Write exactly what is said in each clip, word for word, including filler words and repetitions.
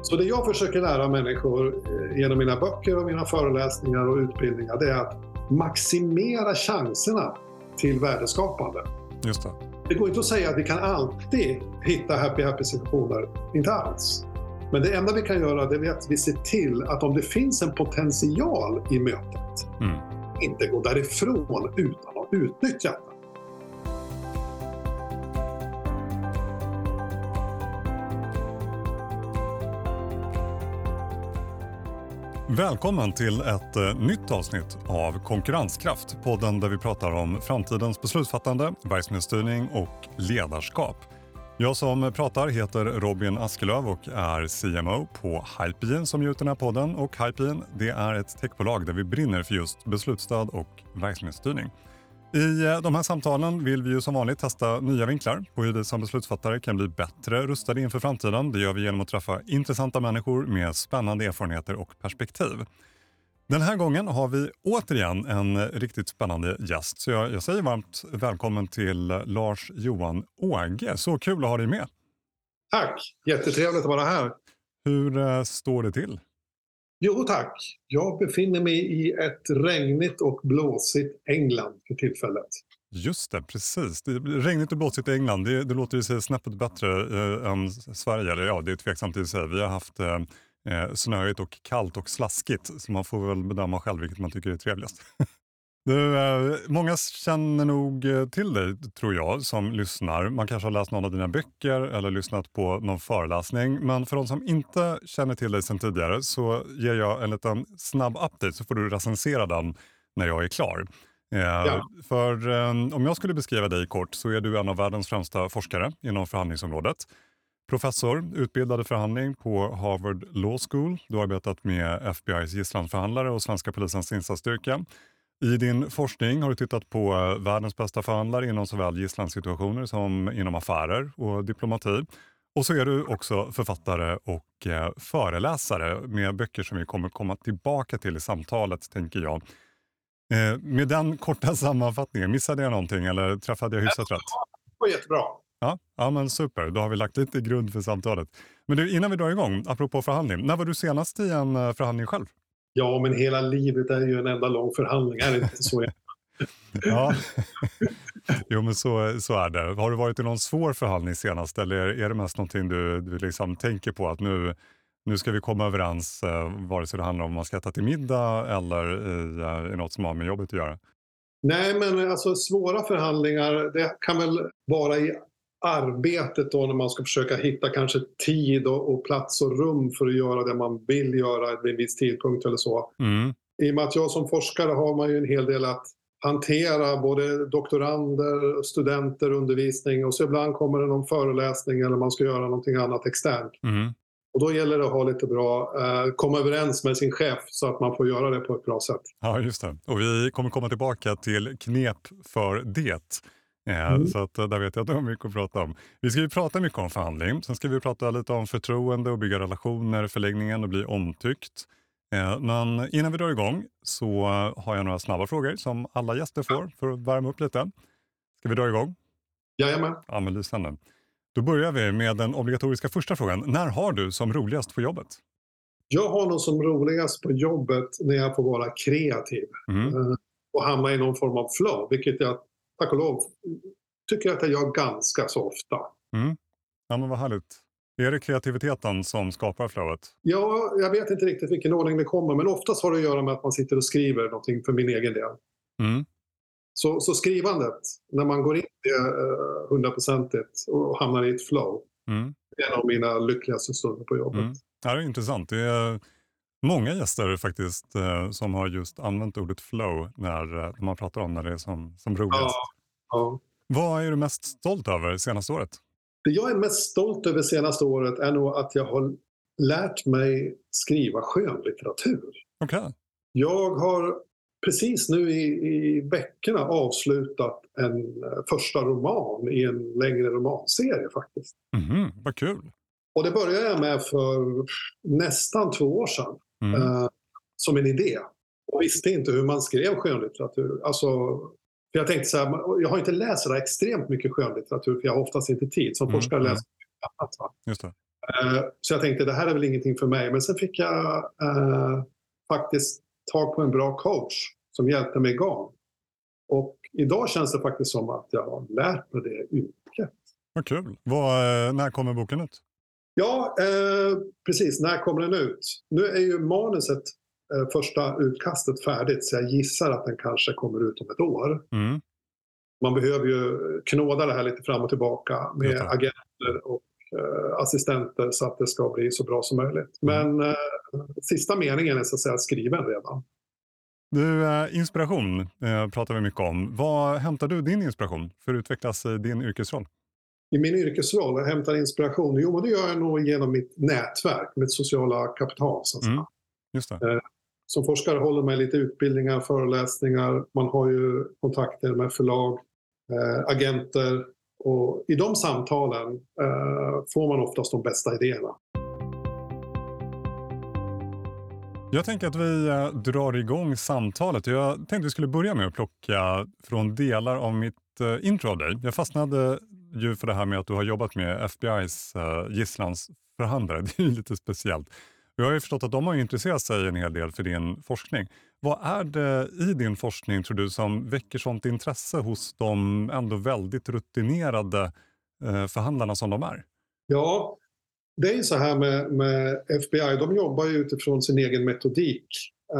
Så det jag försöker lära människor genom mina böcker och mina föreläsningar och utbildningar, det är att maximera chanserna till värdeskapande. Just det. Det går inte att säga att vi kan alltid hitta happy-happy situationer. Inte alls. Men det enda vi kan göra, det är att vi ser till att om det finns en potential i mötet, mm. inte gå därifrån utan att utnyttja det. Välkommen till ett eh, nytt avsnitt av Konkurrenskraft, podden där vi pratar om framtidens beslutsfattande, verksamhetsstyrning och ledarskap. Jag som pratar heter Robin Askelöv och är C M O på Hypegen som ger ut den här podden. Och Hypegen, det är ett techbolag där vi brinner för just beslutsstöd och verksamhetsstyrning. I de här samtalen vill vi ju som vanligt testa nya vinklar på hur vi som beslutsfattare kan bli bättre rustade inför framtiden. Det gör vi genom att träffa intressanta människor med spännande erfarenheter och perspektiv. Den här gången har vi återigen en riktigt spännande gäst. Så jag, jag säger varmt välkommen till Lars-Johan Åge. Så kul att ha dig med. Tack, jättetrevligt att vara här. Hur uh, står det till? Jo tack, jag befinner mig i ett regnigt och blåsigt England för tillfället. Just det, precis. Det är regnigt och blåsigt i England, det, det låter ju sig snäppet bättre eh, än Sverige. Eller ja, det är tveksamt i sig. Vi har haft eh, snöigt och kallt och slaskigt, så man får väl bedöma själv vilket man tycker är trevligast. Du, eh, många känner nog till dig, tror jag, som lyssnar. Man kanske har läst någon av dina böcker eller lyssnat på någon föreläsning. Men för de som inte känner till dig sedan tidigare så ger jag en liten snabb update, så får du recensera den när jag är klar. Eh, ja. För eh, om jag skulle beskriva dig kort så är du en av världens främsta forskare inom förhandlingsområdet. Professor, utbildad i förhandling på Harvard Law School. Du har arbetat med F B I:s gisslanförhandlare och svenska polisens insatsstyrka. I din forskning har du tittat på världens bästa förhandlare inom såväl gisslansituationer som inom affärer och diplomati. Och så är du också författare och eh, föreläsare med böcker som vi kommer komma tillbaka till i samtalet, tänker jag. Eh, med den korta sammanfattningen, missade jag någonting eller träffade jag hyfsat rätt? Det var jättebra. Ja, ja, men super. Då har vi lagt lite grund för samtalet. Men du, innan vi drar igång, apropå förhandling, när var du senast i en förhandling själv? Ja, men hela livet är ju en enda lång förhandling, är det inte så? Ja, jo men så, så är det. Har du varit i någon svår förhandling senast, eller är det mest någonting du, du liksom tänker på att nu, nu ska vi komma överens, eh, vare sig det handlar om man ska äta till middag eller i, eh, i något som har med jobbet att göra? Nej, men alltså svåra förhandlingar, det kan väl vara i arbetet då när man ska försöka hitta kanske tid och, och plats och rum för att göra det man vill göra vid en viss tidpunkt eller så. Mm. I och med att jag som forskare har man ju en hel del att hantera, både doktorander, studenter, undervisning, och så ibland kommer det någon föreläsning eller man ska göra någonting annat externt. Mm. Och då gäller det att ha lite bra, eh, komma överens med sin chef så att man får göra det på ett bra sätt. Ja, just det. Och vi kommer komma tillbaka till knep för det. Mm. Så att där vet jag att det har mycket att prata om. Vi ska ju prata mycket om förhandling. Sen ska vi prata lite om förtroende och bygga relationer, förläggningen och bli omtyckt. Men innan vi drar igång så har jag några snabba frågor som alla gäster får för att värma upp lite. Ska vi dra igång? Jajamän. Ja, men lysande. Då börjar vi med den obligatoriska första frågan. När har du som roligast på jobbet? Jag har nog som roligast på jobbet när jag får vara kreativ. Mm. Och hamna i någon form av flow, vilket jag tack och lov tycker att jag gör ganska så ofta. Mm. Ja, men vad härligt. Är det kreativiteten som skapar flowet? Ja, jag vet inte riktigt vilken ordning det kommer, men oftast har det att göra med att man sitter och skriver någonting för min egen del. Mm. Så, så skrivandet, när man går in i uh, hundraprocentigt och hamnar i ett flow, mm. är en av mina lyckligaste stunder på jobbet. Mm. Ja, det är intressant. Det är många gäster faktiskt eh, som har just använt ordet flow när eh, man pratar om när det är som, som roligast. Ja, ja. Vad är du mest stolt över senaste året? Det jag är mest stolt över senaste året är nog att jag har lärt mig skriva skönlitteratur. Okej. Okay. Jag har precis nu i, i veckorna avslutat en första roman i en längre romanserie faktiskt. Mhm, vad kul. Och det började jag med för nästan två år sedan. Mm. Eh, som en idé. Och visste inte hur man skrev skönlitteratur. Alltså, för jag tänkte så här, jag har inte läst så extremt mycket skönlitteratur för jag har oftast inte tid. Som mm. forskare läser jag annat. Va? Just det. Eh, så jag tänkte det här är väl ingenting för mig. Men sen fick jag eh, faktiskt tag på en bra coach som hjälpte mig igång. Och idag känns det faktiskt som att jag har lärt mig det yrket. Vad kul. Vad, när kommer boken ut? Ja, eh, precis. När kommer den ut? Nu är ju manuset, eh, första utkastet färdigt, så jag gissar att den kanske kommer ut om ett år. Mm. Man behöver ju knåda det här lite fram och tillbaka med agenter och eh, assistenter så att det ska bli så bra som möjligt. Mm. Men eh, sista meningen är så att säga skriven redan. Du, eh, inspiration eh, pratar vi mycket om. Vad hämtar du din inspiration för att utvecklas i din yrkesroll? I min yrkesroll, jag hämtar inspiration. Jo, men det gör jag nog genom mitt nätverk, mitt sociala kapital. Så att säga. Mm. Just det. Eh, som forskare håller man lite utbildningar, föreläsningar. Man har ju kontakter med förlag, eh, agenter. Och i de samtalen eh, får man oftast de bästa idéerna. Jag tänker att vi eh, drar igång samtalet. Jag tänkte att vi skulle börja med att plocka från delar av mitt eh, intro av dig. Jag fastnade ju för det här med att du har jobbat med F B I:s eh, gisslandsförhandlare. Det är ju lite speciellt. Jag har ju förstått att de har intresserat sig en hel del för din forskning. Vad är det i din forskning, tror du, som väcker sånt intresse hos de ändå väldigt rutinerade eh, förhandlarna som de är? Ja, det är ju så här med, med F B I. De jobbar ju utifrån sin egen metodik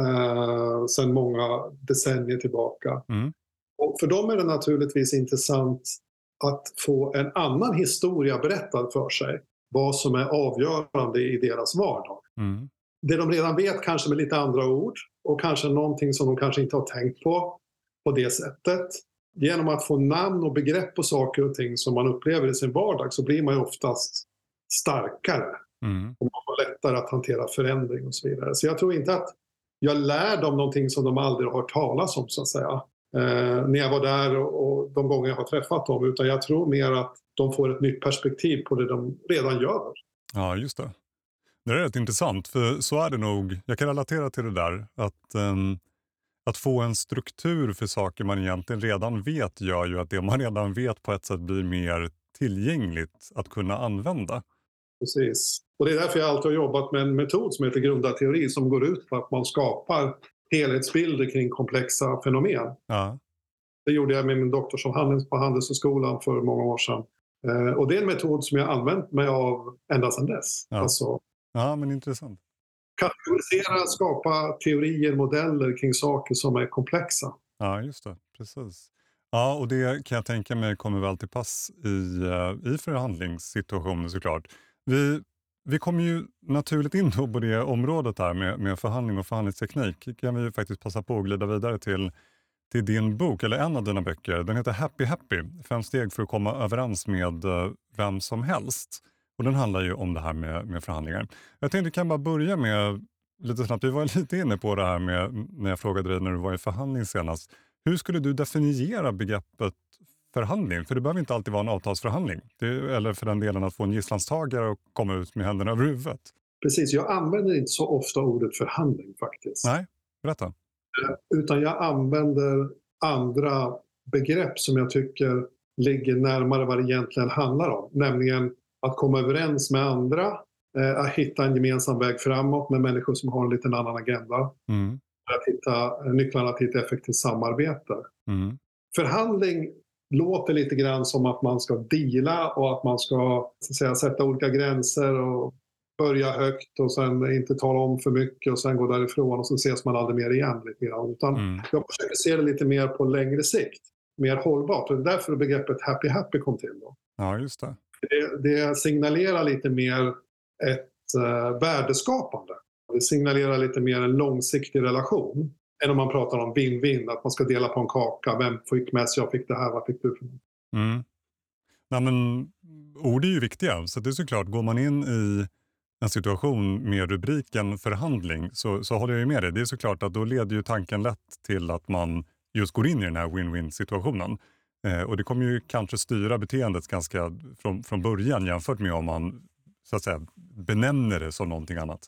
eh, sedan många decennier tillbaka. Mm. Och för dem är det naturligtvis intressant att få en annan historia berättad för sig. Vad som är avgörande i deras vardag. Mm. Det de redan vet kanske med lite andra ord. Och kanske någonting som de kanske inte har tänkt på på det sättet. Genom att få namn och begrepp på saker och ting som man upplever i sin vardag så blir man ju oftast starkare. Mm. Och man får lättare att hantera förändring och så vidare. Så jag tror inte att jag lär dem någonting som de aldrig har hört talas om, så att säga. Eh, när jag var där och, och de gånger jag har träffat dem. Utan jag tror mer att de får ett nytt perspektiv på det de redan gör. Ja, just det. Det är rätt intressant, för så är det nog. Jag kan relatera till det där. Att, um, att få en struktur för saker man egentligen redan vet gör ju att det man redan vet på ett sätt blir mer tillgängligt att kunna använda. Precis. Och det är därför jag alltid har jobbat med en metod som heter grundarteori som går ut på att man skapar helhetsbilder kring komplexa fenomen. Ja. Det gjorde jag med min doktorsavhandling på Handelshögskolan för många år sedan. Eh, och det är en metod som jag använt mig av ända sedan dess. Ja. Alltså, Ja, men intressant. kategorisera, skapa teorier, modeller kring saker som är komplexa. Ja, just det. Precis. Ja, och det kan jag tänka mig kommer väl till pass i, uh, i förhandlingssituationer såklart. Vi, vi kommer ju naturligt in då på det området här med, med förhandling och förhandlingsteknik. Kan vi ju faktiskt passa på att glida vidare till, till din bok, eller en av dina böcker. Den heter Happy Happy, fem steg för att komma överens med uh, vem som helst. Och den handlar ju om det här med, med förhandlingar. Jag tänkte kan bara börja med lite snabbt. Vi var lite inne på det här med när jag frågade dig när du var i förhandling senast. Hur skulle du definiera begreppet förhandling? För det behöver inte alltid vara en avtalsförhandling. Det, eller för den delen att få en gisslantagare att komma ut med händerna över huvudet. Precis, jag använder inte så ofta ordet förhandling faktiskt. Nej, berätta. Utan jag använder andra begrepp som jag tycker ligger närmare vad det egentligen handlar om. Nämligen att komma överens med andra, eh, att hitta en gemensam väg framåt med människor som har en liten annan agenda. Mm. Att hitta nycklarna till ett effektivt samarbete. Mm. Förhandling låter lite grann som att man ska deala och att man ska så att säga, sätta olika gränser och börja högt och sen inte tala om för mycket och sen gå därifrån och så ses man aldrig mer igen. Lite grann. Utan Mm. jag försöker se det lite mer på längre sikt, mer hållbart. Och det är därför begreppet happy happy kom till. Då. Ja, just det. Det, det signalerar lite mer ett uh, värdeskapande. Det signalerar lite mer en långsiktig relation än om man pratar om win-win, att man ska dela på en kaka. Vem fick mest? Jag fick det här. Vad fick du för något? Mm. Nej, men ord är ju viktiga. Så det är såklart, går man in i en situation med rubriken förhandling så, så håller jag ju med dig. Det är såklart att då leder ju tanken lätt till att man just går in i den här win-win situationen. Eh, och det kommer ju kanske styra beteendet ganska från, från början jämfört med om man så att säga benämner det som någonting annat.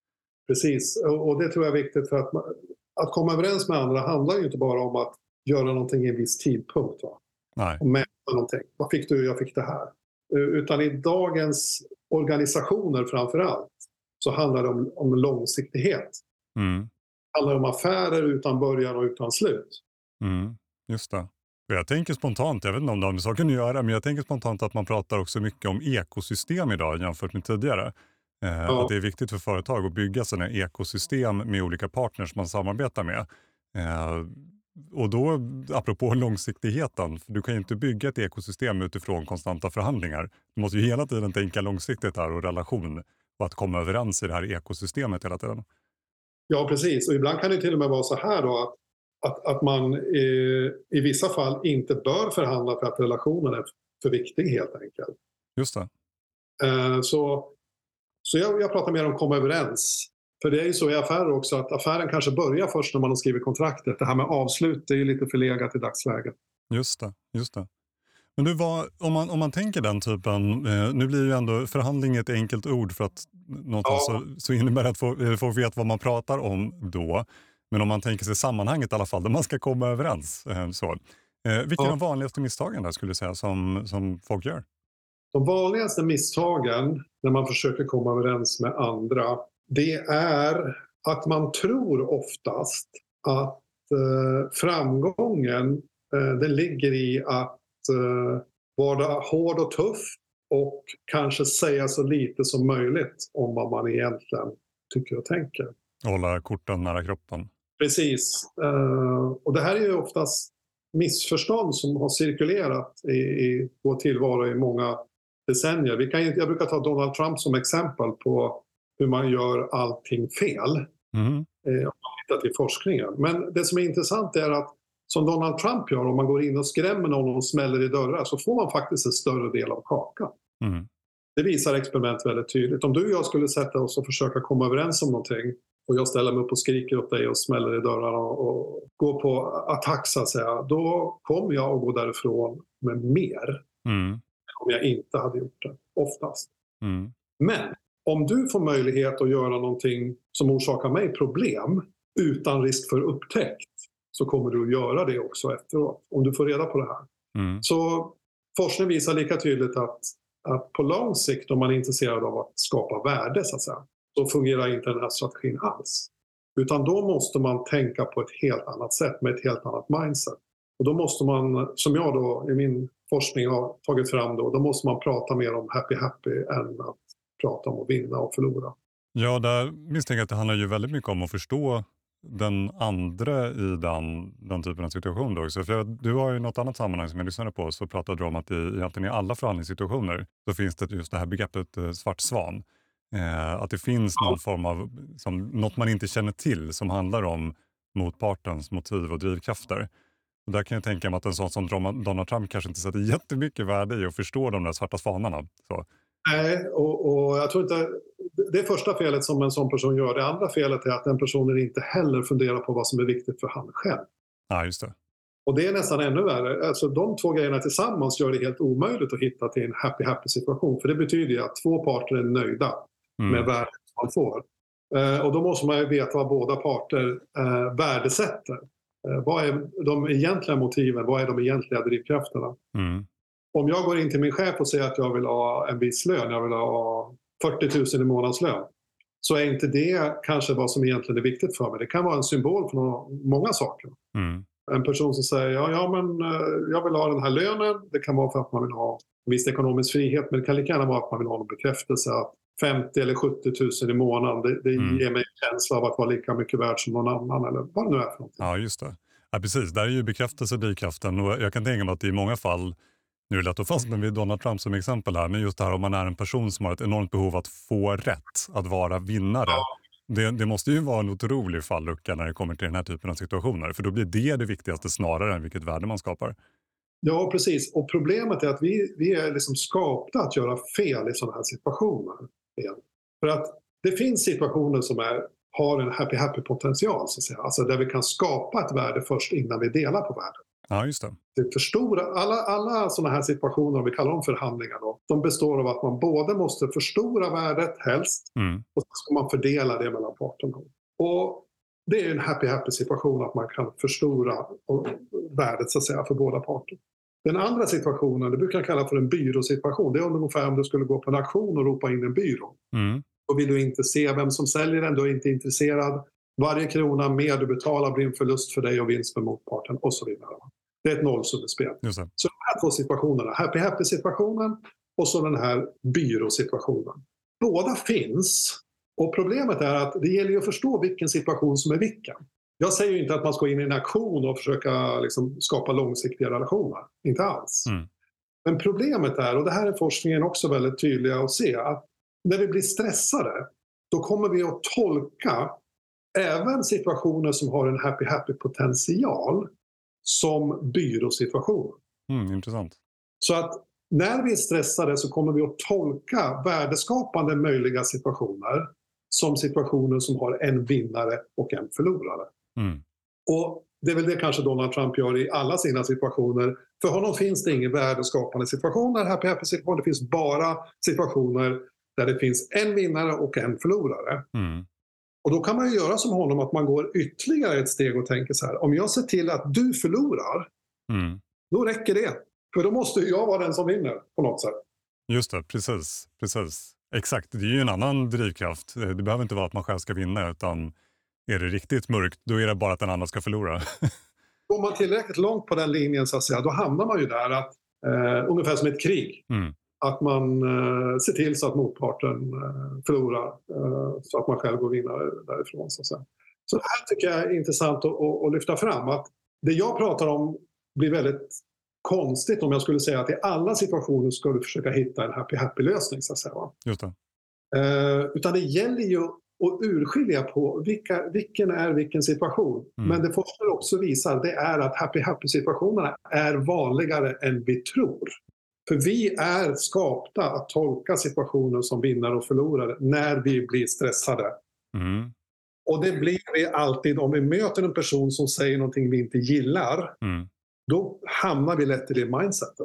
Precis, och, och det tror jag är viktigt för att man, att komma överens med andra handlar ju inte bara om att göra någonting i en viss tidpunkt. Va? Nej. Och mäta någonting. Vad fick du? Jag fick det här. Utan i dagens organisationer framför allt så handlar det om, om långsiktighet. Mm. Det handlar om affärer utan början och utan slut. Mm. Just det. Jag tänker spontant, jag vet inte om det har med saken att göra, men jag tänker spontant att man pratar också mycket om ekosystem idag jämfört med tidigare. Eh, Ja. Att det är viktigt för företag att bygga sina ekosystem med olika partners man samarbetar med. Eh, och då, apropå långsiktigheten, för du kan ju inte bygga ett ekosystem utifrån konstanta förhandlingar. Du måste ju hela tiden tänka långsiktigt här och relation och att komma överens i det här ekosystemet hela tiden. Ja, precis. Och ibland kan det till och med vara så här då att, att, att man i, i vissa fall inte bör förhandla för att relationen är för viktig helt enkelt. Just det. Eh, så så jag, jag pratar mer om komma överens. För det är ju så i affärer också att affären kanske börjar först när man har skrivit kontraktet. Det här med avslut är ju lite förlegat i dagsläget. Just det, just det. Men du, vad, om, man, om man tänker den typen, eh, nu blir ju ändå förhandling ett enkelt ord för att någonstans Ja. så, så innebär det att få, eh, folk vet vad man pratar om då. Men om man tänker sig sammanhanget i alla fall, där man ska komma överens. Eh, så. Eh, vilka Ja. är de vanligaste misstagen där skulle du säga som, som folk gör? De vanligaste misstagen när man försöker komma överens med andra, det är att man tror oftast att eh, framgången eh, den ligger i att eh, vara hård och tuff och kanske säga så lite som möjligt om vad man egentligen tycker och tänker. Hålla korten nära kroppen. Precis. Eh, och det här är ju oftast missförstånd som har cirkulerat i, i vår tillvaro i många decennier. Vi kan, jag brukar ta Donald Trump som exempel på hur man gör allting fel. Mm. Eh, om man tittar till forskningen. Men det som är intressant är att som Donald Trump gör, om man går in och skrämmer någon och smäller i dörrar så får man faktiskt en större del av kakan. Mm. Det visar experiment väldigt tydligt. Om du och jag skulle sätta oss och försöka komma överens om någonting och jag ställer mig upp och skriker åt dig och smäller i dörrarna och, och går på attack så att säga, då kommer jag att gå därifrån med mer Mm. om jag inte hade gjort det, oftast. Mm. Men om du får möjlighet att göra någonting som orsakar mig problem utan risk för upptäckt så kommer du att göra det också efteråt, om du får reda på det här. Mm. Så forskning visar lika tydligt att, att på lång sikt, om man är intresserad av att skapa värde så att säga, så fungerar inte den här strategin alls. Utan då måste man tänka på ett helt annat sätt med ett helt annat mindset. Och då måste man, som jag då i min forskning har tagit fram då, då måste man prata mer om happy happy än att prata om att vinna och förlora. Ja, där misstänker jag att det handlar ju väldigt mycket om att förstå den andra i den, den typen av situation då också. För jag, du har ju något annat sammanhang som jag lyssnade på, så pratade du om att i, egentligen i alla förhandlingssituationer så finns det just det här begreppet eh, svart svan. Eh, att det finns någon form av, som, något man inte känner till som handlar om motpartens motiv och drivkrafter. Och där kan jag tänka mig att en sån som Donald Trump kanske inte sätter jättemycket värde i att förstå de där svarta svanarna. Så. Nej, och, och jag tror inte... Det är första felet som en sån person gör. Det andra felet är att den personen inte heller funderar på vad som är viktigt för han själv. Ja, just det. Och det är nästan ännu värre. Alltså, de två grejerna tillsammans gör det helt omöjligt att hitta till en happy-happy situation. För det betyder ju att två parter är nöjda Mm. med värdet man får. Eh, och då måste man ju veta vad båda parter eh, värdesätter. Eh, vad är de egentliga motiven? Vad är de egentliga drivkrafterna? Mm. Om jag går in till min chef och säger att jag vill ha en viss lön, jag vill ha fyrtio tusen i månadslön, så är inte det kanske vad som egentligen är viktigt för mig. Det kan vara en symbol för några, många saker. Mm. En person som säger ja, ja men jag vill ha den här lönen. Det kan vara för att man vill ha en viss ekonomisk frihet, men det kan lika gärna vara att man vill ha en bekräftelse att femtio eller sjuttio tusen i månaden, det, det Mm. ger mig en känsla av att vara lika mycket värd som någon annan eller vad det nu är för någonting. Ja, just det. Ja, precis. Där är ju bekräftelse drivkraften, och jag kan tänka mig att i många fall, nu är det lätt att fastna vid Donald Trump som exempel här, men just det här om man är en person som har ett enormt behov att få rätt, att vara vinnare. Ja. Det, det måste ju vara en otrolig fallucka när det kommer till den här typen av situationer, för då blir det det viktigaste snarare än vilket värde man skapar. Ja, precis. Och problemet är att vi, vi är liksom skapta att göra fel i sådana här situationer. Igen. För att det finns situationer som är, har en happy-happy-potential, så att säga. Alltså där vi kan skapa ett värde först innan vi delar på värdet. Ja, just det. Det förstora, alla, alla sådana här situationer, om vi kallar dem förhandlingar, då, de består av att man både måste förstora värdet helst Mm. och så ska man fördela det mellan parterna. Och det är en happy-happy situation att man kan förstora och, värdet så att säga för båda parter. Den andra situationen, det brukar jag kalla för en byråsituation. Det är ungefär om du skulle gå på en auktion och ropa in en byrå. Mm. Då vill du inte se vem som säljer den, du är inte intresserad. Varje krona mer du betalar blir en förlust för dig och vinst för motparten och så vidare. Det är ett nollsummespel. Just det. Så de här två situationerna, happy-happy-situationen och så den här byråsituationen. Båda finns och problemet är att det gäller ju att förstå vilken situation som är vilken. Jag säger ju inte att man ska in i en aktion och försöka liksom skapa långsiktiga relationer. Inte alls. Mm. Men problemet är, och det här är forskningen också väldigt tydlig att se, att när vi blir stressade då kommer vi att tolka även situationer som har en happy-happy-potential som byråsituationer. Mm, intressant. Så att när vi är stressade så kommer vi att tolka värdeskapande möjliga situationer som situationer som har en vinnare och en förlorare. Mm. Och det är väl det kanske Donald Trump gör i alla sina situationer. För honom finns det ingen värdeskapande situationer, happy-happy-situationer. Det finns bara situationer där det finns en vinnare och en förlorare. Mm. Och då kan man ju göra som honom att man går ytterligare ett steg och tänker så här. Om jag ser till att du förlorar, Mm. då räcker det. För då måste jag vara den som vinner på något sätt. Just det, precis. precis. Exakt, det är ju en annan drivkraft. Det behöver inte vara att man själv ska vinna, utan är det riktigt mörkt, då är det bara att den andra ska förlora. Går man tillräckligt långt på den linjen så att säga, då hamnar man ju där att, eh, ungefär som ett krig. Mm. Att man eh, ser till så att motparten eh, förlorar eh, så att man själv går vinnare därifrån. Så, att säga. Så det här tycker jag är intressant att, att, att lyfta fram. Att det jag pratar om blir väldigt konstigt om jag skulle säga att i alla situationer ska du försöka hitta en happy-happy-lösning. Så att säga, va? Just det. Eh, utan det gäller ju att urskilja på vilka, vilken är vilken situation. Mm. Men det forskare också visar, det är att happy-happy-situationerna är vanligare än vi tror. För vi är skapta att tolka situationer som vinnare och förlorare när vi blir stressade. Mm. Och det blir vi alltid om vi möter en person som säger någonting vi inte gillar. Mm. Då hamnar vi lätt i det mindsetet.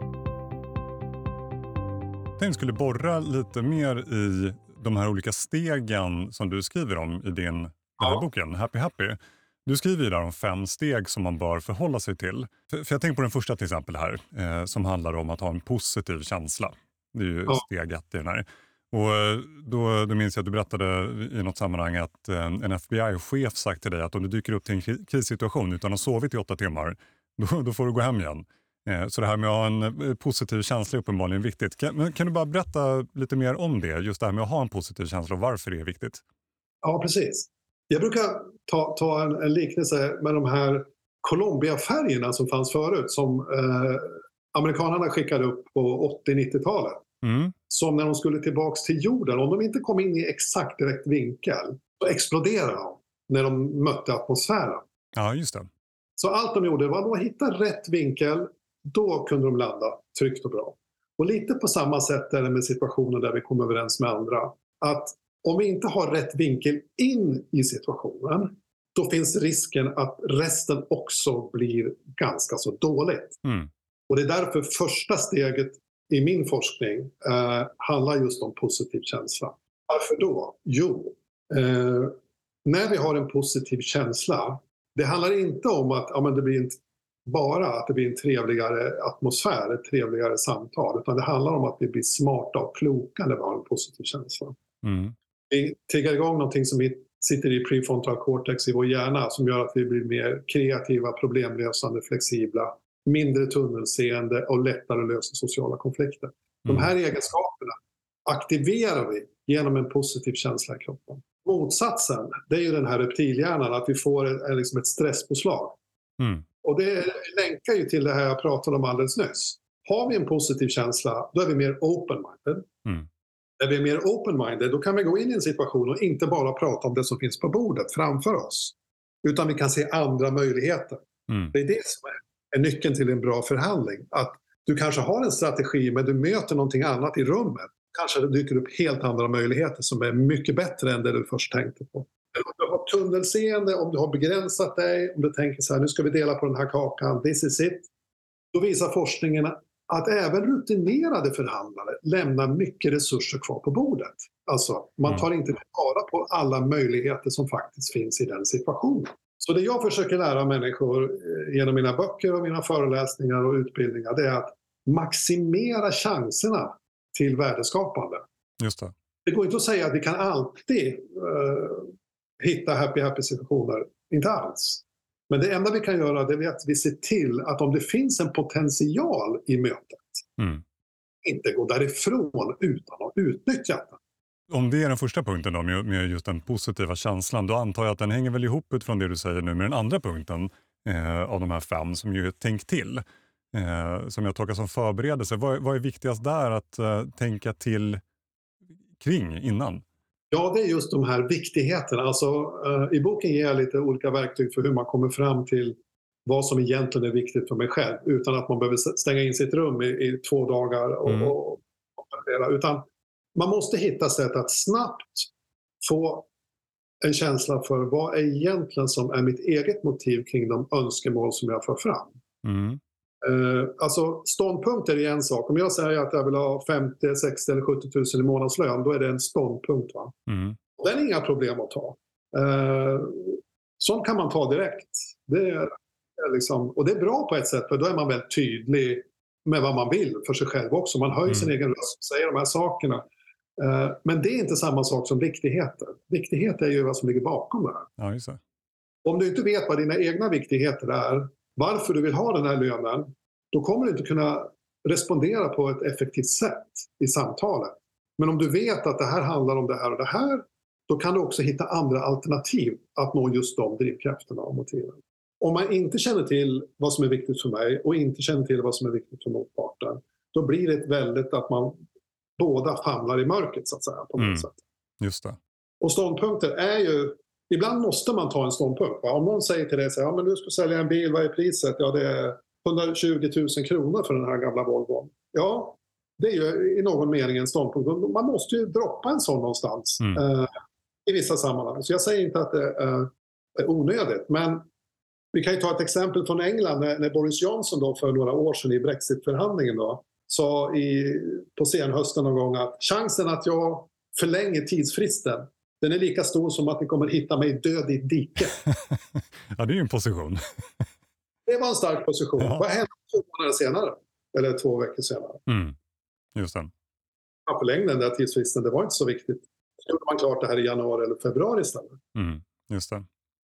Jag tänkte skulle borra lite mer i de här olika stegen som du skriver om i din den här Ja. boken, Happy Happy. Du skriver ju där om fem steg som man bör förhålla sig till. För, för jag tänker på den första till exempel här, eh, som handlar om att ha en positiv känsla. Det är ju Ja. steg ett i den här. Och eh, då, då minns jag att du berättade i något sammanhang att eh, en F B I-chef sagt till dig att om du dyker upp till en kri- krissituation utan att ha sovit i åtta timmar, då, då får du gå hem igen. Eh, så det här med att ha en eh, positiv känsla är uppenbarligen viktigt. Kan, men kan du bara berätta lite mer om det? Just det här med att ha en positiv känsla och varför det är viktigt. Ja, precis. Jag brukar ta, ta en, en liknelse med de här Columbia-färgerna som fanns förut som eh, amerikanerna skickade upp på åttio-nittiotalet. Mm. Som när de skulle tillbaks till jorden, om de inte kom in i exakt direkt vinkel, så exploderade de när de mötte atmosfären. Ja, just det. Så allt de gjorde var att hitta rätt vinkel, då kunde de landa tryggt och bra. Och lite på samma sätt är det med situationer där vi kommer överens med andra. Att om vi inte har rätt vinkel in i situationen, då finns risken att resten också blir ganska så dåligt. Mm. Och det är därför första steget i min forskning eh, handlar just om positiv känsla. Varför då? Jo, eh, när vi har en positiv känsla, det handlar inte om att ja, men det blir en, bara att det blir en trevligare atmosfär, ett trevligare samtal, utan det handlar om att vi blir smarta och kloka när vi har en positiv känsla. Mm. Vi triggar igång någonting som sitter i prefrontal cortex i vår hjärna som gör att vi blir mer kreativa, problemlösande, flexibla, mindre tunnelseende och lättare att lösa sociala konflikter. De här egenskaperna aktiverar vi genom en positiv känsla i kroppen. Motsatsen, det är ju den här reptilhjärnan, att vi får ett, liksom ett stresspåslag. Mm. Och det länkar ju till det här jag pratade om alldeles nyss. Har vi en positiv känsla, då är vi mer open-minded. Mm. När vi är mer open-minded, då kan vi gå in i en situation och inte bara prata om det som finns på bordet framför oss. Utan vi kan se andra möjligheter. Mm. Det är det som är, är nyckeln till en bra förhandling. Att du kanske har en strategi men du möter någonting annat i rummet. Kanske det dyker upp helt andra möjligheter som är mycket bättre än det du först tänkte på. Om du har tunnelseende, om du har begränsat dig, om du tänker så här, nu ska vi dela på den här kakan, this is it. Då visar forskningen att även rutinerade förhandlare lämnar mycket resurser kvar på bordet. Alltså, man tar inte vara på alla möjligheter som faktiskt finns i den situationen. Så det jag försöker lära människor eh, genom mina böcker och mina föreläsningar och utbildningar, det är att maximera chanserna till värdeskapande. Just det. Det går inte att säga att vi kan alltid uh, hitta happy-happy situationer. Inte alls. Men det enda vi kan göra, det är att vi ser till att om det finns en potential i mötet, Mm. inte gå därifrån utan att utnyttja det. Om det är den första punkten då, med, med just den positiva känslan, då antar jag att den hänger väl ihop utifrån det du säger nu med den andra punkten eh, av de här fem som ju är tänk till. Eh, som jag tolkar som förberedelse. Vad, vad är viktigast där att eh, tänka till kring innan? Ja, det är just de här viktigheterna. Alltså, uh, i boken ger jag lite olika verktyg för hur man kommer fram till vad som egentligen är viktigt för mig själv. Utan att man behöver stänga in sitt rum i, i två dagar. Och, Mm. och, och, utan man måste hitta sätt att snabbt få en känsla för vad är egentligen som är mitt eget motiv kring de önskemål som jag för fram. Mm. Uh, alltså ståndpunkter är en sak. Om jag säger att jag vill ha femtio, sextio eller sjuttio tusen i månadslön, då är det en ståndpunkt. Va? Mm. Den är inga problem att ta. Uh, sånt kan man ta direkt. Det är, är liksom, och det är bra på ett sätt, för då är man väldigt tydlig med vad man vill för sig själv också. Man höjer mm. sin egen röst och säger de här sakerna. Uh, men det är inte samma sak som viktigheter. Viktighet är ju vad som ligger bakom det här. Ja, just det. Om du inte vet vad dina egna viktigheter är, varför du vill ha den här lönen, då kommer du inte kunna respondera på ett effektivt sätt i samtalet. Men om du vet att det här handlar om det här och det här, då kan du också hitta andra alternativ att nå just de drivkrafterna och motiven. Om man inte känner till vad som är viktigt för mig och inte känner till vad som är viktigt för motparten, då blir det väldigt att man båda famlar i mörkret så att säga på något Mm. sätt. Just det. Och ståndpunkter är ju, ibland måste man ta en ståndpunkt. Va? Om någon säger till dig att ja, men du ska sälja en bil, vad är priset? Ja, det är hundratjugo tusen kronor för den här gamla Volvon. Ja, det är ju i någon mening en ståndpunkt. Man måste ju droppa en sån någonstans Mm. eh, i vissa sammanhang. Så jag säger inte att det är, är onödigt. Men vi kan ju ta ett exempel från England när, när Boris Johnson då för några år sedan i Brexit-förhandlingen då, sa i, på senhösten någon gång att chansen att jag förlänger tidsfristen, den är lika stor som att ni kommer hitta mig död i ett dike. Ja, det är ju en position. Det var en stark position. Ja. Vad hände två månader senare? Eller två veckor senare? Mm. Just det. Man förlängde den där tidsfristen, det var inte så viktigt. Så gjorde man klart det här i januari eller februari istället. Mm. Just det.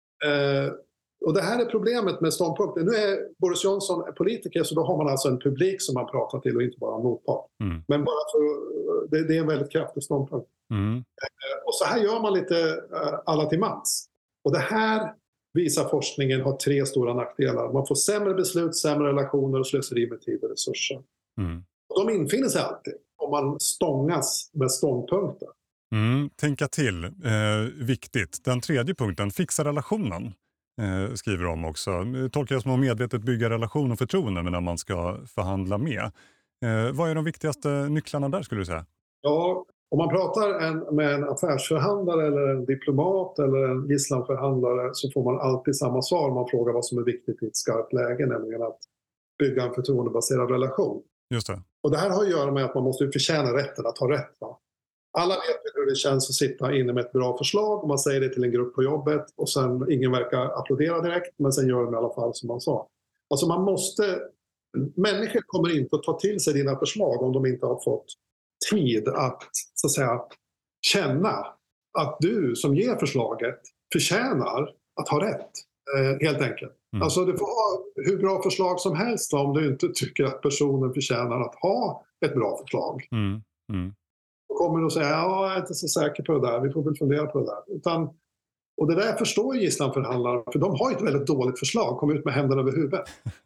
Eh, och det här är problemet med ståndpunkter. Nu är Boris Johnson politiker, så då har man alltså en publik som man pratar till och inte bara en motpart. Mm. Men bara för, det, det är en väldigt kraftig ståndpunkt. Mm. Eh, och så här gör man lite eh, alla till mans. Och det här visar forskningen har tre stora nackdelar. Man får sämre beslut, sämre relationer och slöseri med tid och resurser. Mm. Och de infinner sig alltid om man stångas med ståndpunkter. Mm. Tänka till. Eh, viktigt. Den tredje punkten, fixa relationen. Eh, skriver de också. Tolkar jag som att medvetet bygga relation och förtroende när man ska förhandla med. Eh, vad är de viktigaste nycklarna där skulle du säga? Ja, om man pratar en, med en affärsförhandlare eller en diplomat eller en gisslanförhandlare så får man alltid samma svar om man frågar vad som är viktigt i ett skarpt läge, nämligen att bygga en förtroendebaserad relation. Just det. Och det här har att göra med att man måste förtjäna rätten att ha rätt. Va? Alla vet hur det känns att sitta inne med ett bra förslag och man säger det till en grupp på jobbet och sen ingen verkar applådera direkt, men sen gör de i alla fall som man sa. Alltså man måste, människor kommer inte att ta till sig dina förslag om de inte har fått tid att, så att säga, känna att du som ger förslaget förtjänar att ha rätt, eh, helt enkelt. Mm. Alltså du får ha hur bra förslag som helst om du inte tycker att personen förtjänar att ha ett bra förslag. Mm. Mm. Då kommer du att säga, ja, jag är inte så säker på det där, vi får väl fundera på det där. Utan, och det där förstår ju gisslanförhandlare, för de har ju ett väldigt dåligt förslag, kom ut med händerna över huvudet.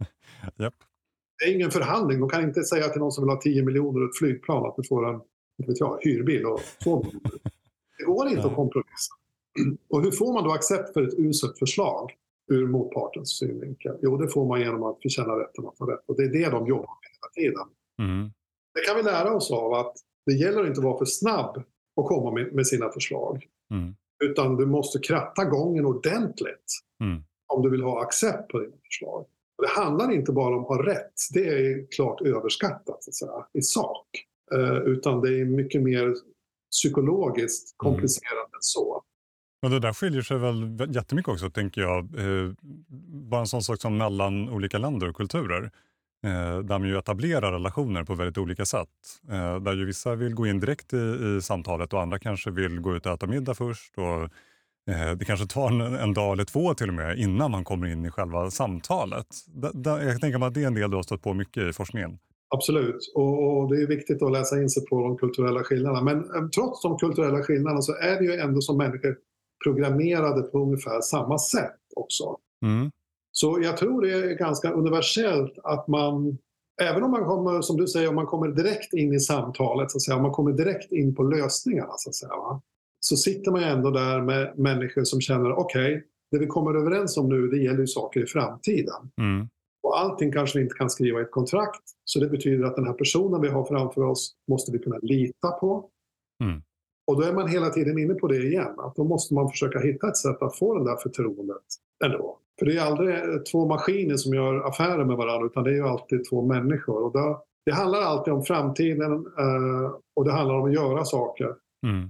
Yep. Det är ingen förhandling, de kan inte säga till någon som vill ha tio miljoner och ett flygplan att du får en, inte vet jag, hyrbil och två miljoner. Det går inte att kompromissa. Och hur får man då accept för ett uselt förslag ur motpartens synvinkel? Jo, det får man genom att förtjäna rätten att ha rätt. Och det är det de jobbar med hela tiden. Mm. Det kan vi lära oss av, att det gäller inte att vara för snabb att komma med, med sina förslag. Mm. Utan du måste kratta gången ordentligt Mm. om du vill ha accept på dina förslag. Och det handlar inte bara om att ha rätt. Det är klart överskattat så att säga, i sak. Eh, utan det är mycket mer psykologiskt komplicerat mm. än så. Men det där skiljer sig väl vä- jättemycket också, tänker jag. Eh, bara en sån sak som mellan olika länder och kulturer. Eh, där man ju etablerar relationer på väldigt olika sätt. Eh, där ju vissa vill gå in direkt i, i samtalet och andra kanske vill gå ut och äta middag först. Och, eh, det kanske tar en, en dag eller två till och med innan man kommer in i själva samtalet. Da, da, jag tänker mig att det är en del du har stött på mycket i forskningen. Absolut, och, och det är viktigt att läsa in sig på de kulturella skillnaderna. Men eh, trots de kulturella skillnaderna så är det ju ändå som människor programmerade på ungefär samma sätt också. Mm. Så jag tror det är ganska universellt att man, även om man kommer, som du säger, om man kommer direkt in i samtalet, så att säga, om man kommer direkt in på lösningarna, så att säga, va? Så sitter man ju ändå där med människor som känner, okej, okay, det vi kommer överens om nu, det gäller ju saker i framtiden. Mm. Och allting kanske vi inte kan skriva i ett kontrakt, så det betyder att den här personen vi har framför oss måste vi kunna lita på. Mm. Och då är man hela tiden inne på det igen, att då måste man försöka hitta ett sätt att få det där förtroendet ändå. För det är aldrig två maskiner som gör affärer med varandra, utan det är ju alltid två människor. Och då, det handlar alltid om framtiden eh, och det handlar om att göra saker. Mm.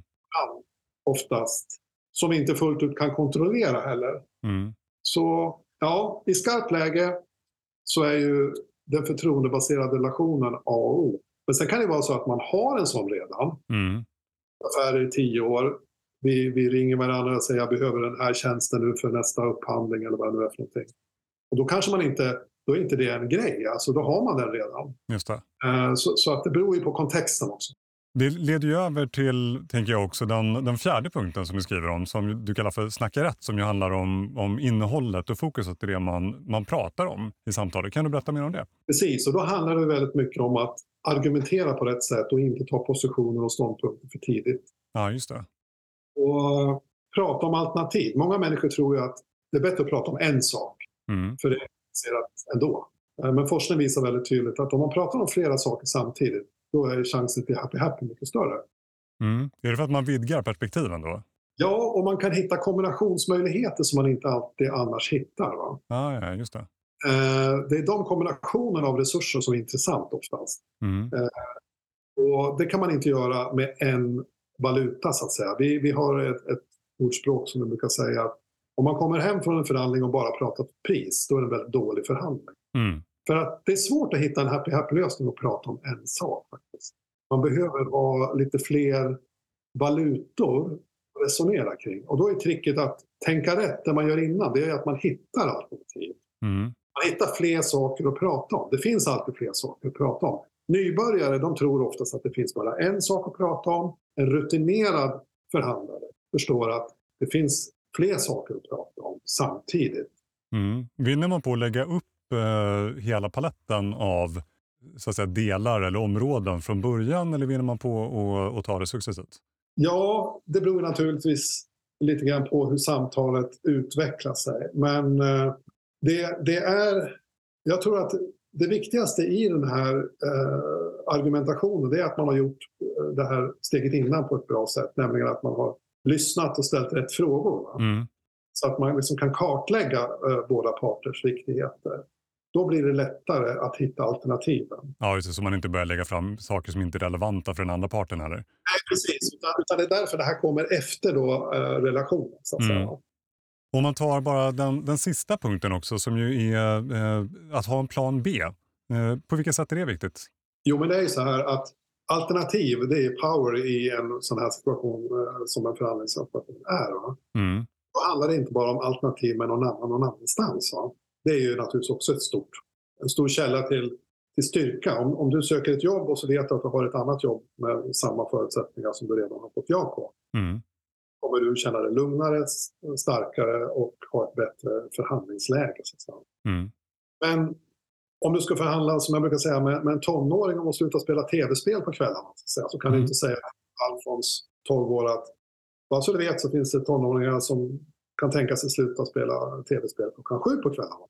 Oftast. Som vi inte fullt ut kan kontrollera heller. Mm. Så ja, i skarpt läge så är ju den förtroendebaserade relationen A och O. Men sen kan det vara så att man har en sån redan. Mm. Affärer i tio år. Vi, vi ringer varandra och säger jag behöver den här tjänsten nu för nästa upphandling eller vad det nu är för någonting. Och då kanske man inte, då är inte det en grej. Alltså då har man den redan. Just det. Så, så att det beror ju på kontexten också. Det leder ju över till, tänker jag också, den, den fjärde punkten som du skriver om, som du kallar för snacka rätt, som ju handlar om, om innehållet och fokuset i det man, man pratar om i samtalet. Kan du berätta mer om det? Precis, och då handlar det väldigt mycket om att argumentera på rätt sätt och inte ta positioner och ståndpunkter för tidigt. Ja, just det. Och prata om alternativ. Många människor tror ju att det är bättre att prata om en sak, Mm. för det är komplicerat ändå. Men forskning visar väldigt tydligt att om man pratar om flera saker samtidigt, då är chansen till happy happy mycket större. Mm. Är det för att man vidgar perspektiven då? Ja, och man kan hitta kombinationsmöjligheter som man inte alltid annars hittar. Va? Ah, ja, just det. Eh, det är de kombinationerna av resurser som är intressant oftast. Mm. Eh, och det kan man inte göra med en valuta, så att säga. Vi, vi har ett, ett ordspråk som vi brukar säga att om man kommer hem från en förhandling och bara pratar pris, då är det en väldigt dålig förhandling. Mm. För att det är svårt att hitta en happy-happy-lösning och prata om en sak faktiskt. Man behöver ha lite fler valutor att resonera kring. Och då är tricket att tänka rätt det man gör innan, det är att man hittar alternativ. Mm. Man hittar fler saker att prata om. Det finns alltid fler saker att prata om. Nybörjare, de tror oftast att det finns bara en sak att prata om. En rutinerad förhandlare förstår att det finns fler saker att prata om samtidigt. Mm. Vinner man på att lägga upp eh, hela paletten av så att säga, delar eller områden från början, eller vinner man på att, att ta det successivt? Ja, det beror naturligtvis lite grann på hur samtalet utvecklar sig. Men eh, det, det är, jag tror att det viktigaste i den här eh, argumentationen, det är att man har gjort det här steget innan på ett bra sätt. Nämligen att man har lyssnat och ställt rätt frågor. Mm. Så att man liksom kan kartlägga eh, båda parters viktigheter. Då blir det lättare att hitta alternativen. Ja, just det, så man inte börjar lägga fram saker som inte är relevanta för den andra parten heller. Nej, precis. Utan, utan det är därför det här kommer efter då, eh, relationen. Så att Mm. säga. Om man tar bara den, den sista punkten också, som ju är eh, att ha en plan B. Eh, på vilka sätt är det viktigt? Jo, men det är ju så här att alternativ, det är power i en sån här situation eh, som en förhandlingssituation är. Va? Mm. Då handlar det inte bara om alternativ med någon annan någon annanstans. Va? Det är ju naturligtvis också ett stort, en stor källa till, till styrka. Om, om du söker ett jobb och så vet du att du har ett annat jobb med samma förutsättningar som du redan har fått ja på. Mm. Kommer du känna dig lugnare, starkare och ha ett bättre förhandlingsläge. Så att säga. Mm. Men om du ska förhandla, som jag brukar säga, med, med en tonåring om att sluta spela tv-spel på kvällarna, så, så kan Mm. du inte säga Alfons, tolv år, att vad så du vet så finns det tonåringar som kan tänka sig sluta spela tv-spel klockan sju på kvällarna.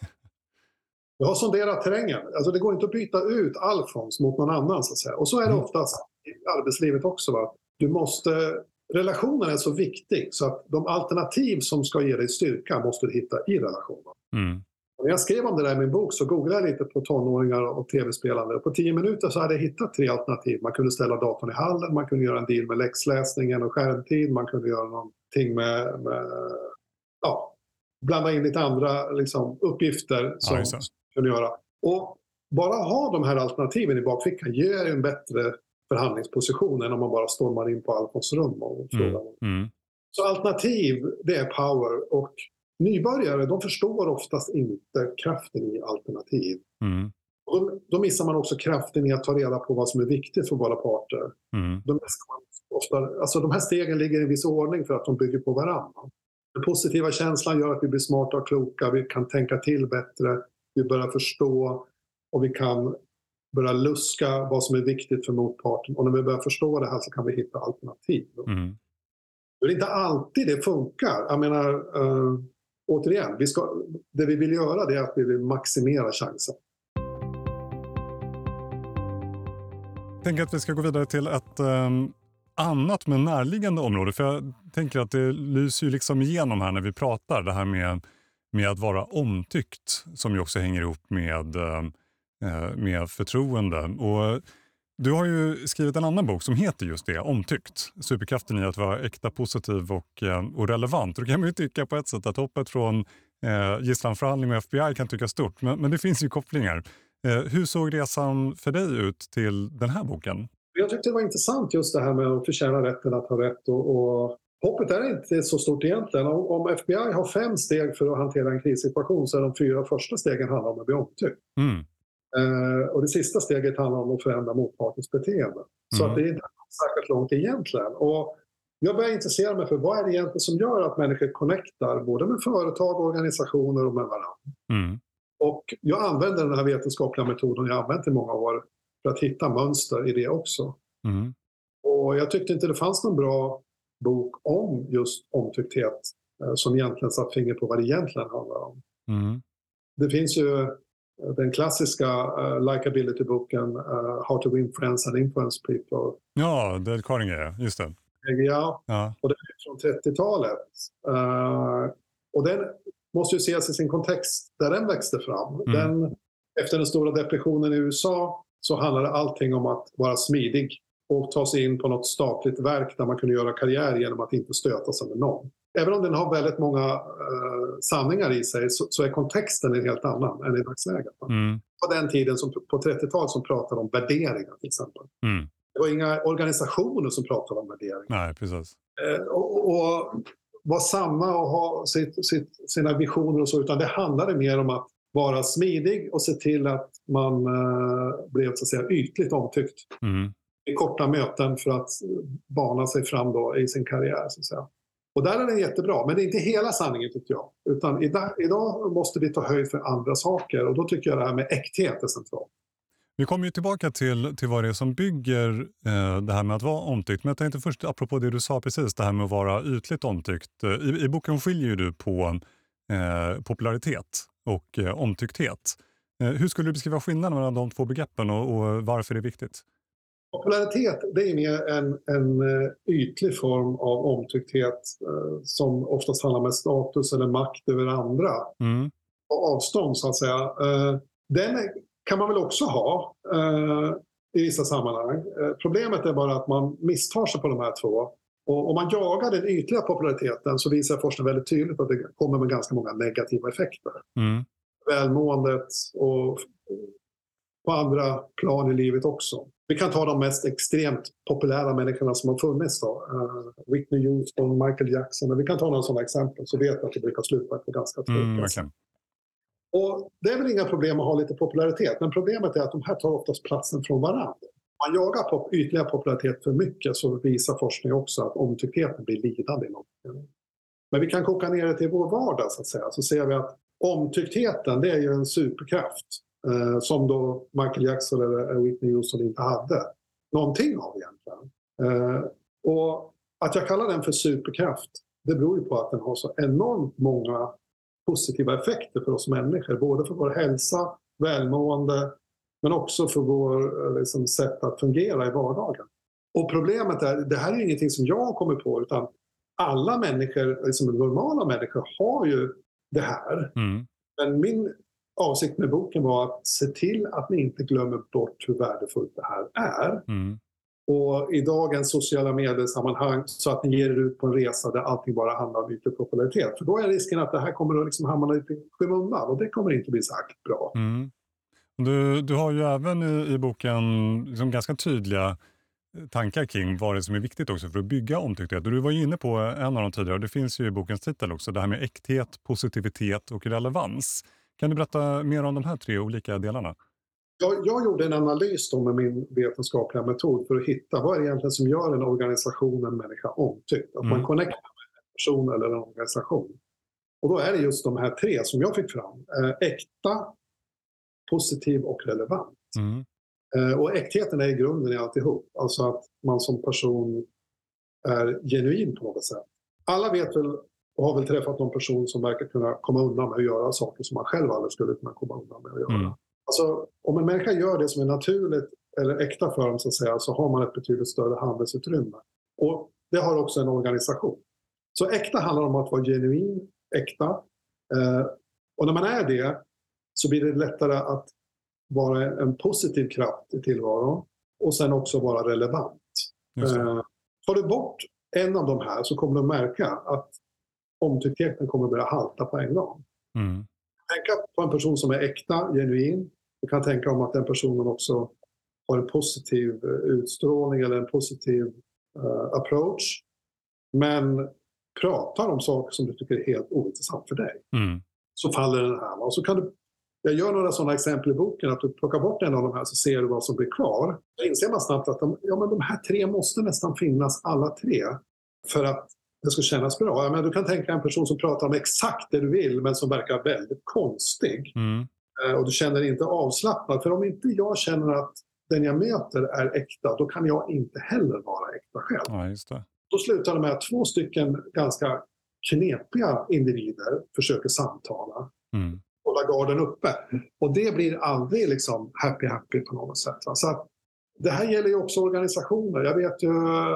Jag har sonderat terrängen. Alltså det går inte att byta ut Alfons mot någon annan, så att säga. Och så är det oftast i arbetslivet också. Va? Du måste, relationen är så viktig så att de alternativ som ska ge dig styrka måste du hitta i relationen. Mm. När jag skrev om det där i min bok så googlade jag lite på tonåringar och tv-spelande. På tio minuter så hade jag hittat tre alternativ. Man kunde ställa datorn i hallen, man kunde göra en deal med läxläsningen och skärmtid, man kunde göra någon någonting med, med ja, blanda in lite andra liksom, uppgifter som Ja, ja, kan göra. Och bara ha de här alternativen i bakfickan ger en bättre förhandlingsposition än om man bara stormar in på Alfons rum och frågar. Mm. Mm. Så alternativ, det är power. Och nybörjare, de förstår oftast inte kraften i alternativ. Mm. Och då, då missar man också kraften i att ta reda på vad som är viktigt för båda parter. Mm. De, ofta, alltså de här stegen ligger i en viss ordning för att de bygger på varandra. Den positiva känslan gör att vi blir smarta och kloka, vi kan tänka till bättre, vi börjar förstå och vi kan börja luska vad som är viktigt för motparten. Och när vi börjar förstå det här så kan vi hitta alternativ. Mm. Det är inte alltid det funkar. Jag menar, äh, återigen, vi ska, det vi vill göra det är att vi vill maximera chansen. Jag tänker att vi ska gå vidare till ett um, annat men närliggande område. För jag tänker att det lyser ju liksom igenom här när vi pratar. Det här med, med att vara omtyckt som ju också hänger ihop med, uh, med förtroende. Och du har ju skrivit en annan bok som heter just det, Omtyckt. Superkraften i att vara äkta positiv och, och relevant. Och då kan man ju tycka på ett sätt att hoppet från eh, gisslanförhandling med F B I kan tycka stort. Men, men det finns ju kopplingar. Eh, hur såg resan för dig ut till den här boken? Jag tyckte det var intressant just det här med att förtjäna rätten att ha rätt. Och, och hoppet är inte så stort egentligen. Om, om F B I har fem steg för att hantera en krissituation så är de fyra första stegen handlar om att bli omtyckt. Mm. Uh, och det sista steget handlar om att förändra motpartens beteende. Så Mm. att det är inte särskilt långt egentligen. Och jag börjar intressera mig för vad är det egentligen som gör att människor connectar både med företag, organisationer och med varandra. Mm. Och jag använder den här vetenskapliga metoden, jag har använt i många år för att hitta mönster i det också. Mm. Och jag tyckte inte det fanns någon bra bok om just omtyckthet uh, som egentligen satt finger på vad det egentligen handlar om. Mm. Det finns ju den klassiska uh, likability-boken uh, How to win friends and influence people. Ja, Dale Carnegie, just det. Ja, Ja. och den är från trettiotalet. Uh, och den måste ju ses i sin kontext där den växte fram. Mm. Den, efter den stora depressionen i U S A så handlade allting om att vara smidig och ta sig in på något statligt verk där man kunde göra karriär genom att inte stöta sig med någon. Även om den har väldigt många uh, sanningar i sig så, så är kontexten en helt annan än i dagsläget. Mm. På den tiden som, på trettiotalet som pratade om värderingar till exempel. Mm. Det var inga organisationer som pratade om värderingar. Nej, precis. Uh, och, och vara samma och ha sitt, sitt, sina visioner och så, utan det handlade mer om att vara smidig och se till att man uh, blev så att säga ytligt omtyckt. Mm. I korta möten för att bana sig fram då i sin karriär så att säga. Och där är den jättebra, men det är inte hela sanningen tycker jag. Utan idag, idag måste vi ta höjd för andra saker och då tycker jag det här med äkthet är centralt. Vi kommer ju tillbaka till, till vad det är som bygger eh, det här med att vara omtyckt. Men jag tänkte först, apropå det du sa precis, det här med att vara ytligt omtyckt. I, i boken skiljer ju du på eh, popularitet och eh, omtyckthet. Eh, hur skulle du beskriva skillnaden mellan de två begreppen och, och varför det är viktigt? Popularitet, det är mer en, en ytlig form av omtyckthet eh, som oftast handlar med status eller makt över andra. Mm. Och avstånd så att säga. Eh, den kan man väl också ha eh, i vissa sammanhang. Eh, problemet är bara att man misstar sig på de här två. Och om man jagar den ytliga populariteten så visar forskningen väldigt tydligt att det kommer med ganska många negativa effekter. Mm. Välmåendet och på andra plan i livet också. Vi kan ta de mest extremt populära människorna som har funnits då. Uh, Whitney Houston, Michael Jackson. Vi kan ta några sådana exempel så vet vi att det brukar sluta på ganska tråkigt. Mm, och det är väl inga problem att ha lite popularitet. Men problemet är att de här tar oftast platsen från varandra. Om man jagar pop- ytliga popularitet för mycket så visar forskning också att omtycktheten blir lidande i något. Men vi kan koka ner det till vår vardag så att säga. Så ser vi att omtycktheten det är ju en superkraft. Eh, som då Michael Jackson eller Whitney Houston inte hade någonting av egentligen. Eh, och att jag kallar den för superkraft det beror ju på att den har så enormt många positiva effekter för oss människor. Både för vår hälsa, välmående men också för vår liksom, sätt att fungera i vardagen. Och problemet är, det här är ingenting som jag har kommit på utan alla människor, liksom normala människor har ju det här. Mm. Men min avsikt med boken var att se till att ni inte glömmer bort hur värdefullt det här är. Mm. och i dagens sociala mediesammanhang så att ni ger er ut på en resa där allting bara handlar om ytlig popularitet. För då är risken att det här kommer att liksom hamna lite i skymundan och det kommer inte bli särskilt bra. Mm. Du, du har ju även i, i boken liksom ganska tydliga tankar kring vad det är som är viktigt också för att bygga omtyckthet. Och du var inne på en av dem tidigare och det finns ju i bokens titel också, det här med äkthet, positivitet och relevans. Kan du berätta mer om de här tre olika delarna? Jag, jag gjorde en analys då med min vetenskapliga metod för att hitta vad är det egentligen som gör en organisation, en människa omtyckt. Att mm. man connectar med en person eller en organisation. Och då är det just de här tre som jag fick fram. Eh, äkta, positiv och relevant. Mm. Eh, och äktheten är i grunden i alltihop. Alltså att man som person är genuin på något sätt. Alla vet väl och har väl träffat någon person som verkar kunna komma undan med att göra saker som man själv aldrig skulle kunna komma undan med att göra. Mm. Alltså, om en människa gör det som är naturligt eller äkta för dem så att säga, så har man ett betydligt större handelsutrymme. Och det har också en organisation. Så äkta handlar om att vara genuin, äkta. Eh, och när man är det så blir det lättare att vara en positiv kraft i tillvaron och sen också vara relevant. Eh, tar du bort en av de här så kommer du märka att omtycktheten kommer börja halta på en gång. Mm. Tänka på en person som är äkta, genuin. Du kan tänka om att den personen också har en positiv utstrålning eller en positiv uh, approach. Men pratar om saker som du tycker är helt ointressant för dig. Mm. Så faller den här. Och så kan du, jag gör några sådana exempel i boken. Att du plockar bort en av de här så ser du vad som blir kvar. Då inser man snabbt att de, ja, men de här tre måste nästan finnas alla tre. För att det ska kännas bra. Men du kan tänka en person som pratar om exakt det du vill men som verkar väldigt konstig. Mm. Och du känner dig inte avslappnad. För om inte jag känner att den jag möter är äkta, då kan jag inte heller vara äkta själv. Ja, just det. Då slutar det med att två stycken ganska knepiga individer försöker samtala. Mm. Hålla garden uppe. Och det blir aldrig liksom happy happy på något sätt. Så att det här gäller ju också organisationer. Jag vet ju...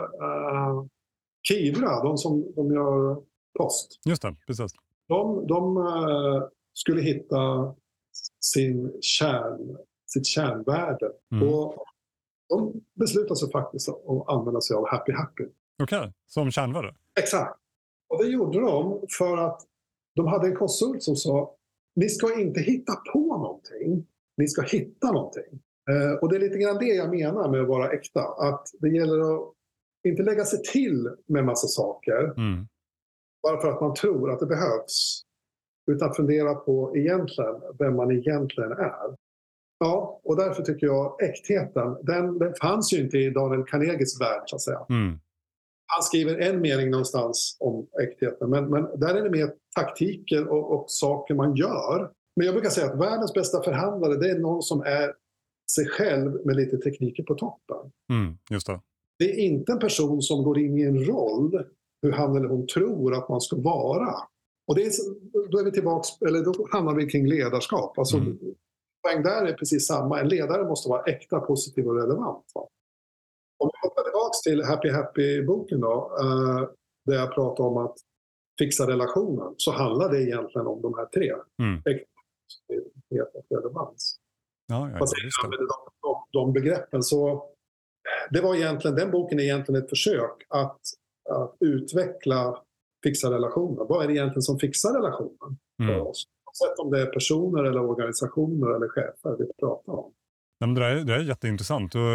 Uh, Kivra, de som de gör post. Just det, precis. De, de uh, skulle hitta sin kärn, sitt kärnvärde. Mm. Och de beslutade sig faktiskt att använda sig av happy happy. Okej, okay. Som kärnvärde? Exakt. Och det gjorde de för att de hade en konsult som sa ni ska inte hitta på någonting, ni ska hitta någonting. Uh, och det är lite grann det jag menar med att vara äkta. Att det gäller att inte lägga sig till med massa saker. Mm. Bara för att man tror att det behövs. Utan fundera på egentligen vem man egentligen är. Ja, och därför tycker jag äktheten, den, den fanns ju inte i Daniel Carnegies värld så att säga. Mm. Han skriver en mening någonstans om äktheten. Men, men där är det mer taktiker och, och saker man gör. Men jag brukar säga att världens bästa förhandlare, det är någon som är sig själv med lite tekniker på toppen. Mm, just det. Det är inte en person som går in i en roll hur han eller hon tror att man ska vara. Och det är, då är vi tillbaks, eller då hamnar vi kring ledarskap. Alltså, mm. poäng där är precis samma. En ledare måste vara äkta, positiv och relevant. Va? Om vi hoppar tillbaks till Happy Happy-boken då, uh, där jag pratar om att fixa relationen, så handlar det egentligen om de här tre. Mm. Äkta, positivitet och relevans. Ja, ja, Fast jag använder de, de, de begreppen så... Det var egentligen, den boken är egentligen ett försök att, att utveckla fixa relationer. Vad är det egentligen som fixar relationen för mm. oss? Oavsett om det är personer eller organisationer eller chefer vi pratar om. Ja, men det, är, det är jätteintressant. Och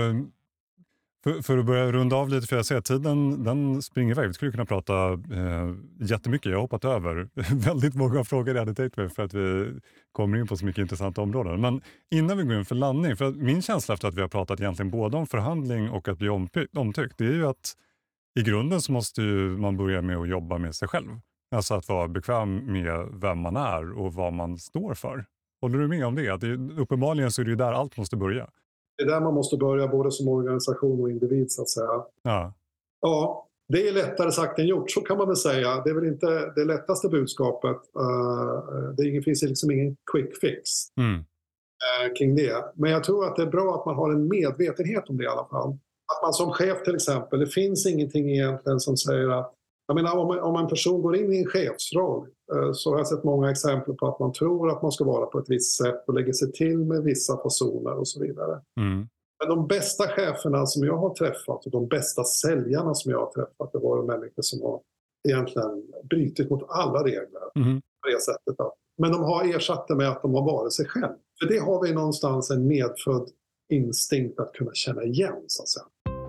för, för att börja runda av lite, för jag ser att tiden den springer iväg. Vi skulle kunna prata eh, jättemycket. Jag har hoppat över väldigt många frågor jag hade tänkt mig för att vi kommer in på så mycket intressanta områden. Men innan vi går in för landning, för att min känsla efter att vi har pratat egentligen både om förhandling och att bli omtyckt, det är ju att i grunden så måste ju man börja med att jobba med sig själv. Alltså att vara bekväm med vem man är och vad man står för. Håller du med om det? Att det uppenbarligen så är det ju där allt måste börja. Det är där man måste börja både som organisation och individ så att säga. Ja. Ja, det är lättare sagt än gjort, så kan man väl säga. Det är väl inte det lättaste budskapet. Uh, det finns liksom ingen quick fix mm. uh, kring det. Men jag tror att det är bra att man har en medvetenhet om det i alla fall. Att man som chef till exempel, det finns ingenting egentligen som säger att jag menar, om, om en person går in i en chefsroll uh, så har jag sett många exempel på att man tror att man ska vara på ett visst sätt och lägger sig till med vissa personer och så vidare. Mm. Men de bästa cheferna som jag har träffat och de bästa säljarna som jag har träffat, det var de människor som har egentligen brytit mot alla regler. Mm. På det sättet att, men de har ersatt det med att de har varit sig själv. För det har vi någonstans en medfödd instinkt att kunna känna igen, så att säga.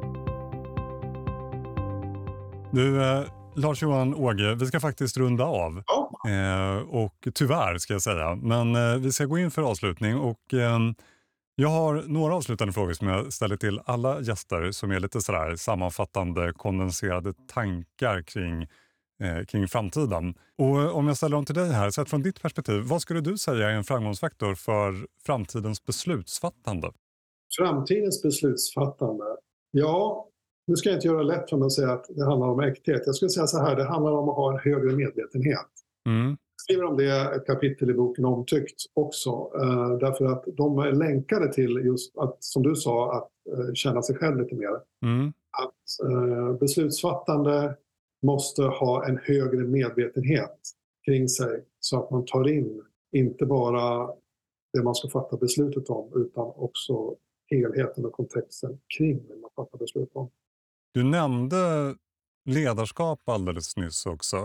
Du, eh, Lars-Johan Åge, vi ska faktiskt runda av. Ja. Eh, och tyvärr ska jag säga. Men eh, vi ska gå in för avslutning och eh, jag har några avslutande frågor som jag ställer till alla gäster som är lite sådär sammanfattande, kondenserade tankar kring, eh, kring framtiden. Och om jag ställer dem till dig här, sett från ditt perspektiv, vad skulle du säga är en framgångsfaktor för framtidens beslutsfattande? Framtidens beslutsfattande? Ja, nu ska jag inte göra det lätt för mig att säga att det handlar om äkthet. Jag skulle säga så här, det handlar om att ha en högre medvetenhet. Mm. Jag skriver om det ett kapitel i boken Omtyckt också. Eh, därför att de är länkade till just att, som du sa, att eh, känna sig själv lite mer. Mm. Att eh, beslutsfattande måste ha en högre medvetenhet kring sig så att man tar in inte bara det man ska fatta beslutet om utan också helheten och kontexten kring det man fattar beslut om. Du nämnde ledarskap alldeles nyss också.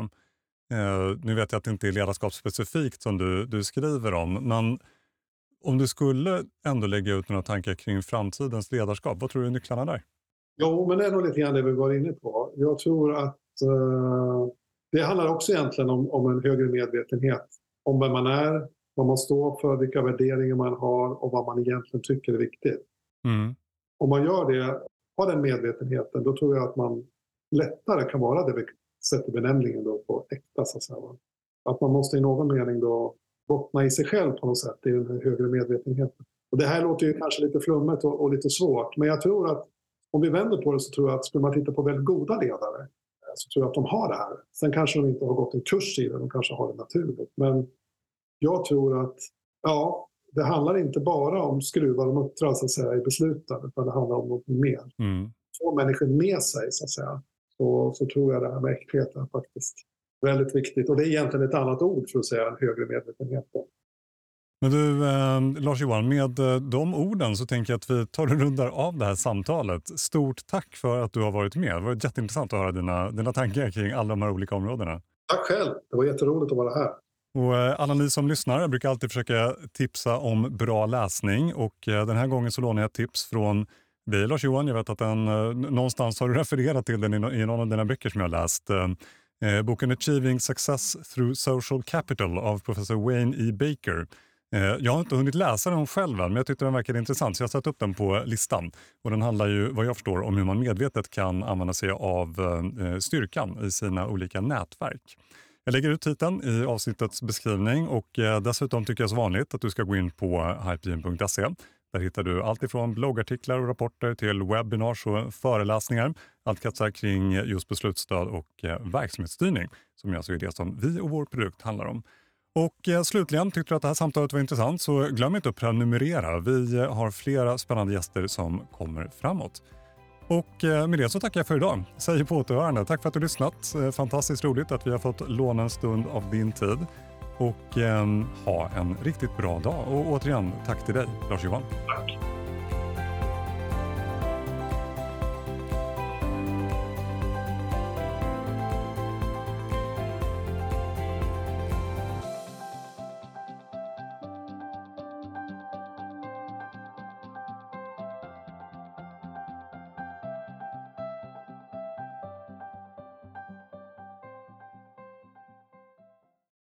Eh, nu vet jag att det inte är ledarskap specifikt som du, du skriver om, men om du skulle ändå lägga ut några tankar kring framtidens ledarskap, vad tror du är nycklarna där? Jo, men det är nog lite grann det vi var inne på. Jag tror att eh, det handlar också egentligen om, om en högre medvetenhet om vem man är, vad man står för, vilka värderingar man har och vad man egentligen tycker är viktigt. Mm. Om man gör det, har den medvetenheten, då tror jag att man lättare kan vara det vi sätter benämningen då på äkta, så att säga. Att man måste i någon mening då bottna i sig själv på något sätt i den här högre medvetenheten. Och det här låter ju kanske lite flummet och, och lite svårt, men jag tror att om vi vänder på det så tror jag att skulle man titta på väldigt goda ledare så tror jag att de har det här. Sen kanske de inte har gått en kurs i det, de kanske har det naturligt. Men jag tror att ja, det handlar inte bara om skruvar och muttrar så att säga i besluten, utan det handlar om något mer. Mm. Få människor med sig så att säga. Så, så tror jag det här med äktheten är faktiskt väldigt viktigt. Och det är egentligen ett annat ord för att säga en högre medvetenhet. Men du, eh, Lars-Johan, med eh, de orden så tänker jag att vi tar och rundar av det här samtalet. Stort tack för att du har varit med. Det var jätteintressant att höra dina, dina tankar kring alla de här olika områdena. Tack själv. Det var jätteroligt att vara här. Och eh, alla ni som lyssnar, jag brukar alltid försöka tipsa om bra läsning. Och eh, den här gången så lånar jag ett tips från dig, Lars-Johan. Jag vet att den, eh, någonstans har du refererat till den i, no- i någon av dina böcker som jag har läst. Eh, boken Achieving Success Through Social Capital av professor Wayne E. Baker. Jag har inte hunnit läsa den själv än, men jag tyckte den verkade intressant så jag har satt upp den på listan. Och den handlar ju, vad jag förstår, om hur man medvetet kan använda sig av styrkan i sina olika nätverk. Jag lägger ut titeln i avsnittets beskrivning och dessutom tycker jag så vanligt att du ska gå in på hypegen punkt se. Där hittar du allt ifrån bloggartiklar och rapporter till webinars och föreläsningar. Allt kretsar kring just beslutsstöd och verksamhetsstyrning som alltså är det som vi och vår produkt handlar om. Och eh, slutligen, tyckte du att det här samtalet var intressant så glöm inte att prenumerera. Vi eh, har flera spännande gäster som kommer framåt. Och eh, med det så tackar jag för idag. Säger på återhörande. Tack för att du lyssnat. Eh, fantastiskt roligt att vi har fått låna en stund av din tid. Och eh, ha en riktigt bra dag. Och återigen, tack till dig, Lars-Johan. Tack.